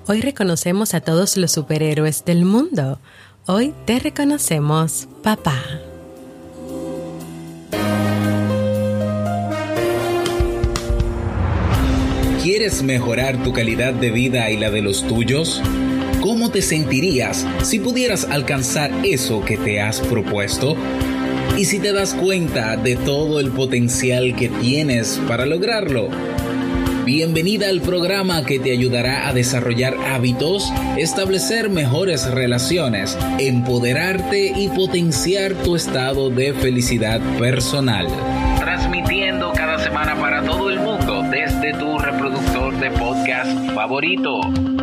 Hoy reconocemos a todos los superhéroes del mundo. Hoy te reconocemos, papá. ¿Quieres mejorar tu calidad de vida y la de los tuyos? ¿Cómo te sentirías si pudieras alcanzar eso que te has propuesto? ¿Y si te das cuenta de todo el potencial que tienes para lograrlo? Bienvenida al programa que te ayudará a desarrollar hábitos, establecer mejores relaciones, empoderarte y potenciar tu estado de felicidad personal. Transmitiendo cada semana para todo el mundo desde tu reproductor de podcast favorito.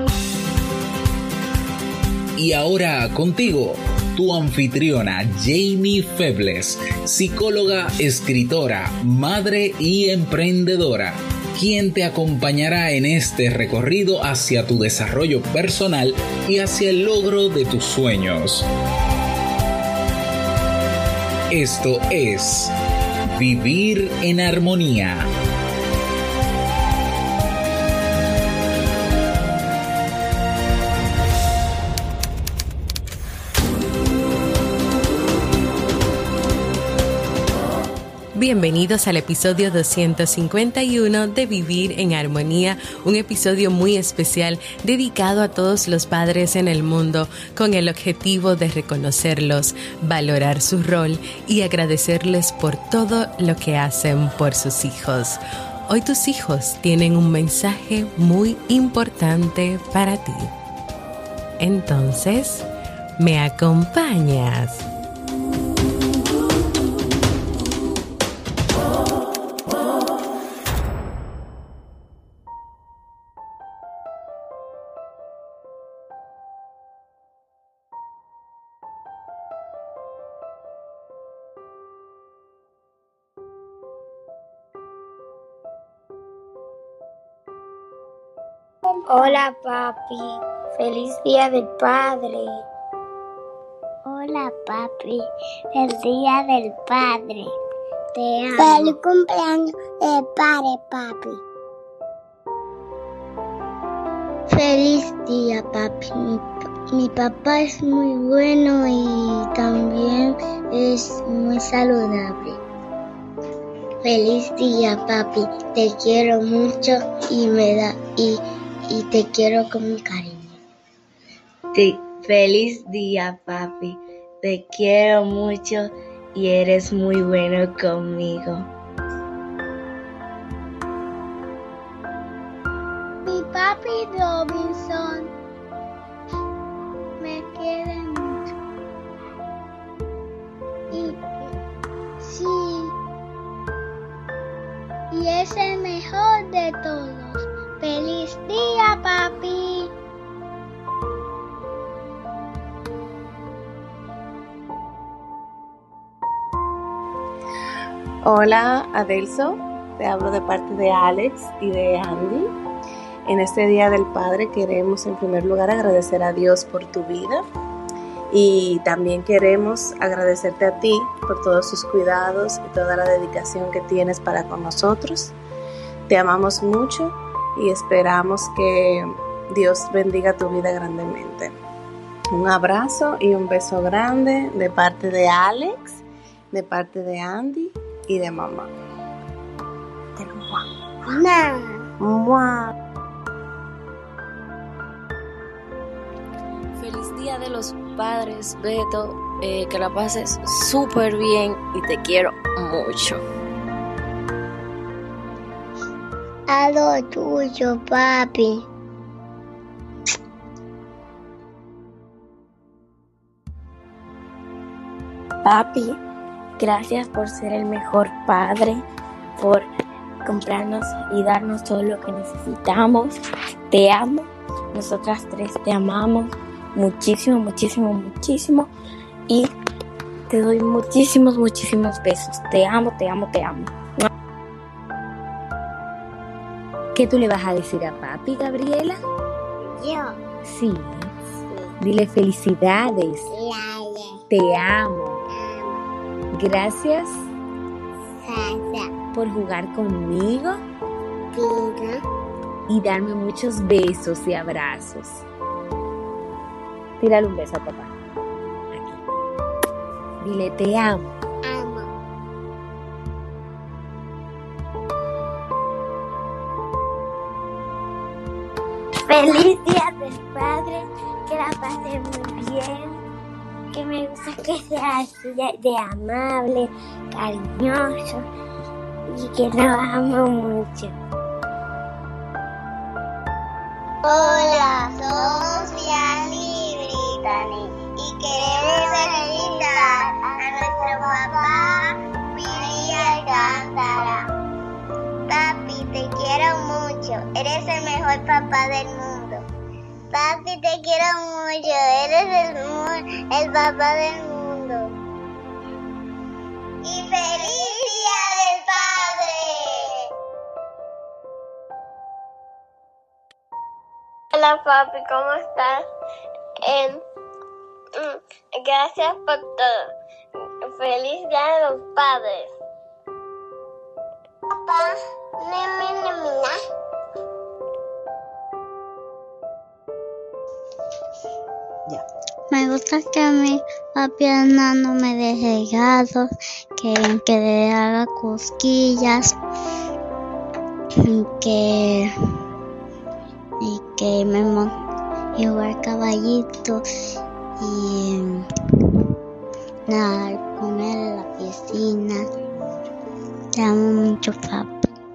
Y ahora contigo, tu anfitriona Jamie Febles, psicóloga, escritora, madre y emprendedora, quien te acompañará en este recorrido hacia tu desarrollo personal y hacia el logro de tus sueños. Esto es Vivir en Armonía. Bienvenidos al episodio 251 de Vivir en Armonía, un episodio muy especial dedicado a todos los padres en el mundo con el objetivo de reconocerlos, valorar su rol y agradecerles por todo lo que hacen por sus hijos. Hoy tus hijos tienen un mensaje muy importante para ti. Entonces, ¿me acompañas? Hola papi, feliz día del padre. Hola papi, feliz día del padre. Te amo. Feliz cumpleaños del padre, papi. Feliz día papi. Mi papá es muy bueno y también es muy saludable. Feliz día papi, te quiero mucho y te quiero con mi cariño. Feliz día, papi. Te quiero mucho y eres muy bueno conmigo. Mi papi Robinson me quiere mucho. Y es el mejor de todos. ¡Feliz día, papi! Hola, Adelso. Te hablo de parte de Alex y de Andy. En este Día del Padre queremos en primer lugar agradecer a Dios por tu vida y también queremos agradecerte a ti por todos sus cuidados y toda la dedicación que tienes para con nosotros. Te amamos mucho y esperamos que Dios bendiga tu vida grandemente. Un abrazo y un beso grande de parte de Alex, de parte de Andy y de mamá. Feliz Día de los Padres, Beto. Que la pases súper bien y te quiero mucho. A lo tuyo, papi. Papi, gracias por ser el mejor padre, por comprarnos y darnos todo lo que necesitamos. Te amo, nosotras tres te amamos muchísimo, muchísimo, muchísimo y te doy muchísimos, muchísimos besos. Te amo, te amo, te amo. ¿Qué tú le vas a decir a papi, Gabriela? Yo. Sí. Dile felicidades. Te amo. Gracias por jugar conmigo. y darme muchos besos y abrazos. Tírale un beso a papá. Aquí. Dile, te amo. Feliz Día del Padre, que la pase muy bien, que me gusta que sea así de amable, cariñoso y que lo amo mucho. Hola, somos Vianney y Brittany y queremos felicitar a nuestro papá Billy Alcántara. Papi, te quiero mucho, eres el mejor papá del mundo. Papi, te quiero mucho, eres el papá del mundo. ¡Y feliz Día del Padre! Hola papi, ¿cómo estás? Gracias por todo. Feliz Día de los Padres. Papá, Me gusta que a mi papi no me dé regalos, que le haga cosquillas, y que me monte jugar caballito y nadar con él en la piscina. Te amo mucho, papi.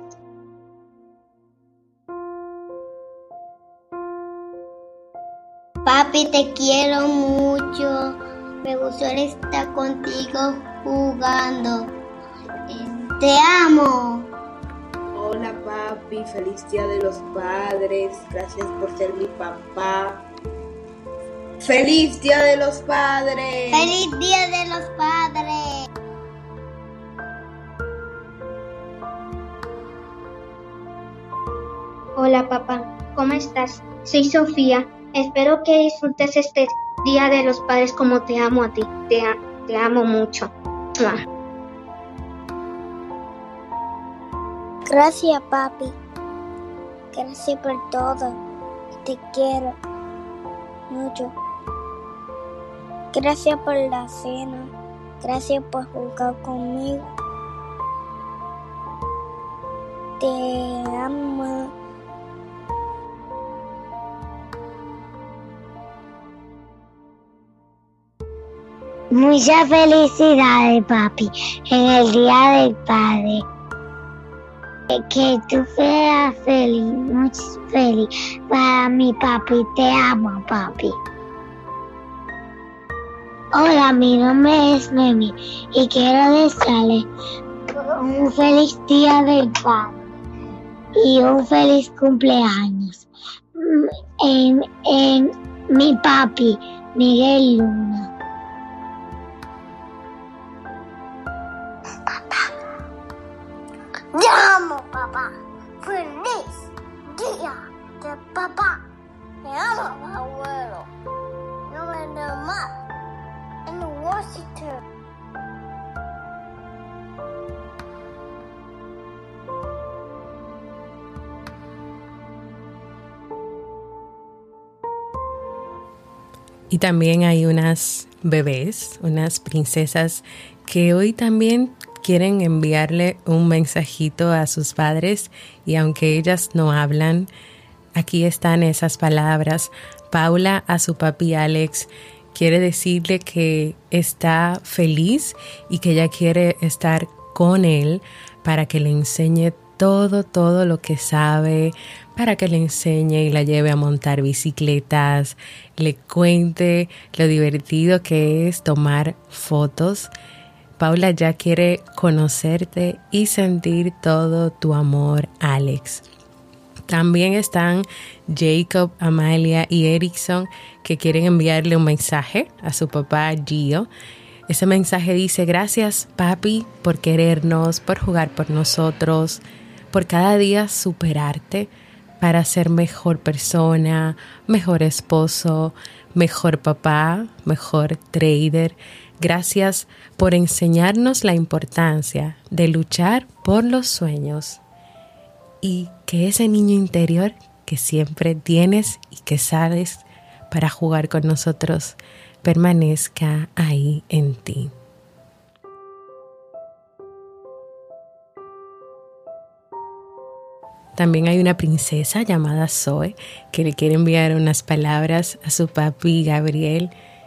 Papi, te quiero mucho. Me gustó estar contigo jugando. Te amo. Hola papi, feliz Día de los Padres. Gracias por ser mi papá. ¡Feliz Día de los Padres! ¡Feliz Día de los Padres! Hola papá, ¿cómo estás? Soy Sofía. Espero que disfrutes este Día de los Padres como te amo a ti. Te amo mucho. Gracias papi. Gracias por todo. Te quiero mucho. Gracias por la cena. Gracias por jugar conmigo. Te amo. Muchas felicidades, papi, en el Día del Padre. Que tú seas feliz, muy feliz. Para mi papi, te amo, papi. Hola, mi nombre es Memi y quiero desearle un feliz Día del Padre y un feliz cumpleaños. En mi papi, Miguel Luna. Te amo, papá. Feliz Día del Papá. Te amo, abuelo. No me da más. En Washington. Y también hay unas bebés, unas princesas que hoy también quieren enviarle un mensajito a sus padres, y aunque ellas no hablan, aquí están esas palabras. Paula a su papi Alex quiere decirle que está feliz y que ella quiere estar con él para que le enseñe todo lo que sabe, para que le enseñe y la lleve a montar bicicletas, le cuente lo divertido que es tomar fotos. Paula ya quiere conocerte y sentir todo tu amor, Alex. También están Jacob, Amalia y Erickson, que quieren enviarle un mensaje a su papá Gio. Ese mensaje dice: gracias papi por querernos, por jugar por nosotros, por cada día superarte para ser mejor persona, mejor esposo, mejor papá, mejor trader. Gracias por enseñarnos la importancia de luchar por los sueños. y que ese niño interior que siempre tienes y que sabes para jugar con nosotros permanezca ahí en ti. También hay una princesa llamada Zoe que le quiere enviar unas palabras a su papi Gabriel.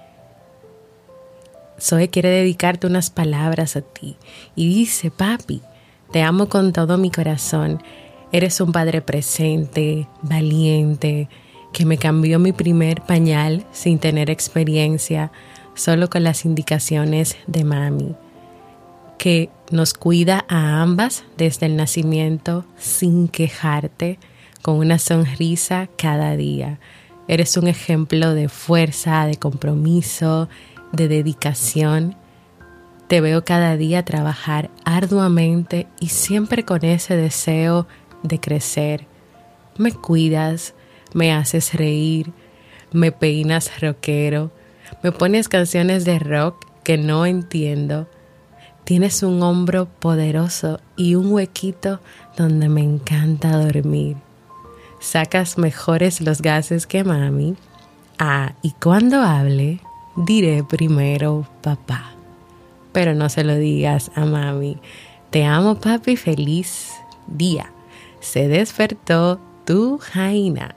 Zoe quiere dedicarte unas palabras a ti y dice: papi, te amo con todo mi corazón. Eres un padre presente, valiente, que me cambió mi primer pañal sin tener experiencia, solo con las indicaciones de mami, que nos cuida a ambas desde el nacimiento sin quejarte, con una sonrisa cada día. Eres un ejemplo de fuerza, de compromiso, de dedicación. Te veo cada día trabajar arduamente y siempre con ese deseo de crecer. Me cuidas, me haces reír, me peinas rockero, me pones canciones de rock que no entiendo. Tienes un hombro poderoso y un huequito donde me encanta dormir. Sacas mejores los gases que mami. Y cuando hable, diré primero papá. Pero no se lo digas a mami. Te amo, papi, feliz día. Se despertó tu Jaina.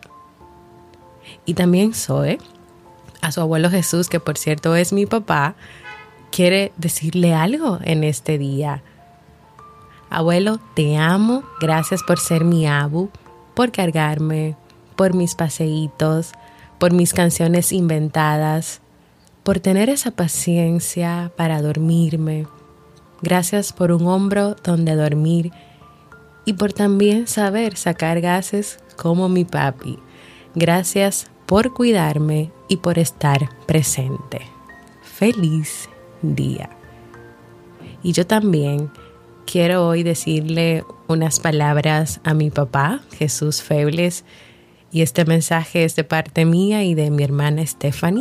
Y también Zoe, a su abuelo Jesús, que por cierto es mi papá, quiere decirle algo en este día. Abuelo, te amo, gracias por ser mi abu, por cargarme, por mis paseitos, por mis canciones inventadas, por tener esa paciencia para dormirme. Gracias por un hombro donde dormir y por también saber sacar gases como mi papi. Gracias por cuidarme y por estar presente. Feliz día. Y yo también quiero hoy decirle unas palabras a mi papá, Jesús Febles, y este mensaje es de parte mía y de mi hermana Stephanie.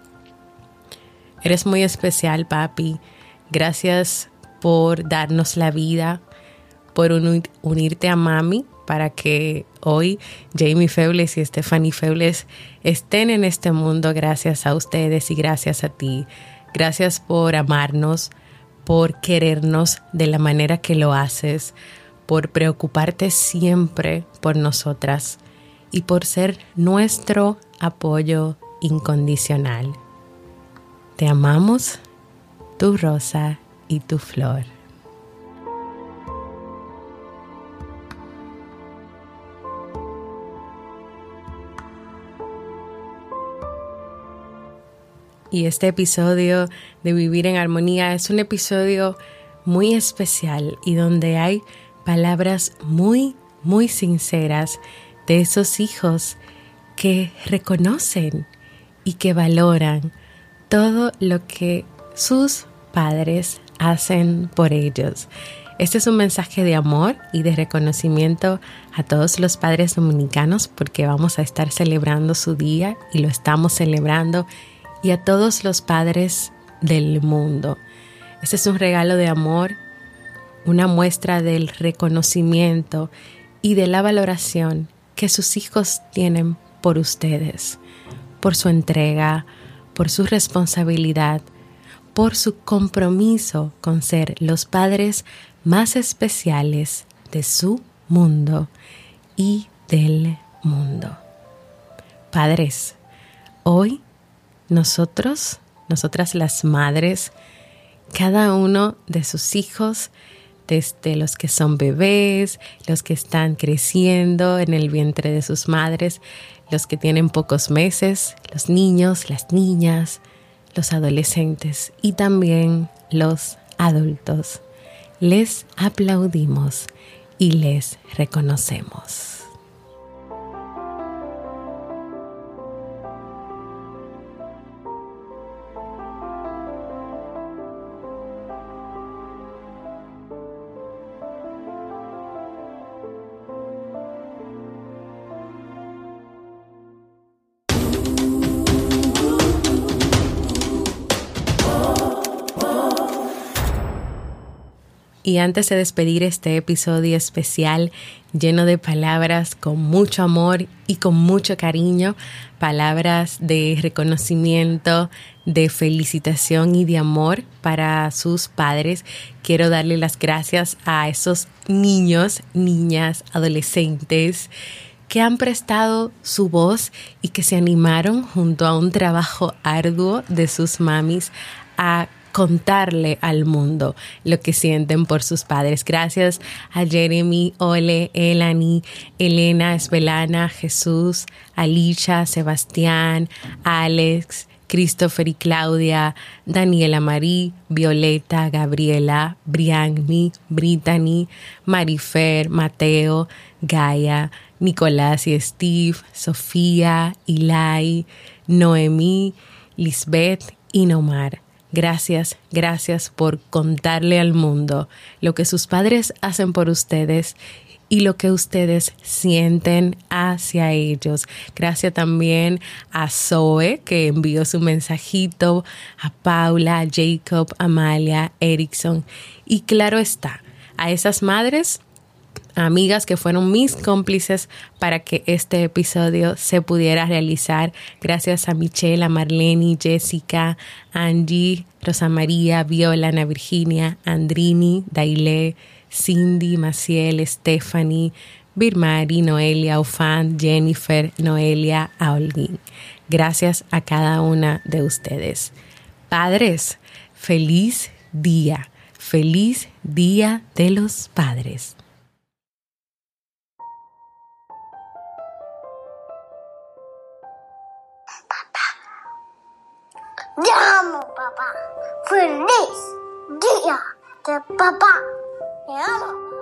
Eres muy especial, papi. Gracias por darnos la vida, por unirte a mami para que hoy Jamie Febles y Stephanie Febles estén en este mundo. Gracias a ustedes y gracias a ti. Gracias por amarnos, por querernos de la manera que lo haces, por preocuparte siempre por nosotras y por ser nuestro apoyo incondicional. Te amamos, tu rosa y tu flor. Y este episodio de Vivir en Armonía es un episodio muy especial y donde hay palabras muy, muy sinceras de esos hijos que reconocen y que valoran todo lo que sus padres hacen por ellos. Este es un mensaje de amor y de reconocimiento a todos los padres dominicanos porque vamos a estar celebrando su día y lo estamos celebrando, y a todos los padres del mundo. Este es un regalo de amor, una muestra del reconocimiento y de la valoración que sus hijos tienen por ustedes, por su entrega, por su responsabilidad, por su compromiso con ser los padres más especiales de su mundo y del mundo. Padres, hoy nosotras las madres, cada uno de sus hijos, desde los que son bebés, los que están creciendo en el vientre de sus madres, los que tienen pocos meses, los niños, las niñas, los adolescentes y también los adultos. Les aplaudimos y les reconocemos. Y antes de despedir este episodio especial lleno de palabras con mucho amor y con mucho cariño, palabras de reconocimiento, de felicitación y de amor para sus padres, quiero darle las gracias a esos niños, niñas, adolescentes que han prestado su voz y que se animaron junto a un trabajo arduo de sus mamis a contarle al mundo lo que sienten por sus padres. Gracias a Jeremy, Ole, Elani, Elena, Esbelana, Jesús, Alicia, Sebastián, Alex, Christopher y Claudia, Daniela Marí, Violeta, Gabriela, Brianni, Brittany, Marifer, Mateo, Gaia, Nicolás y Steve, Sofía, Ilai, Noemí, Lisbeth y Nomar. Gracias, gracias por contarle al mundo lo que sus padres hacen por ustedes y lo que ustedes sienten hacia ellos. Gracias también a Zoe, que envió su mensajito, a Paula, a Jacob, Amalia, Erickson y claro está, a esas madres, amigas que fueron mis cómplices para que este episodio se pudiera realizar. Gracias a Michelle, a Marlene, Jessica, Angie, Rosa María, Viola, Ana Virginia, Andrini, Daile, Cindy, Maciel, Stephanie, Birmari, Noelia, Ufan, Jennifer, Noelia, Aulguín. Gracias a cada una de ustedes. Padres, feliz día de los padres. Te amo, papá. Feliz día de papá. Te amo.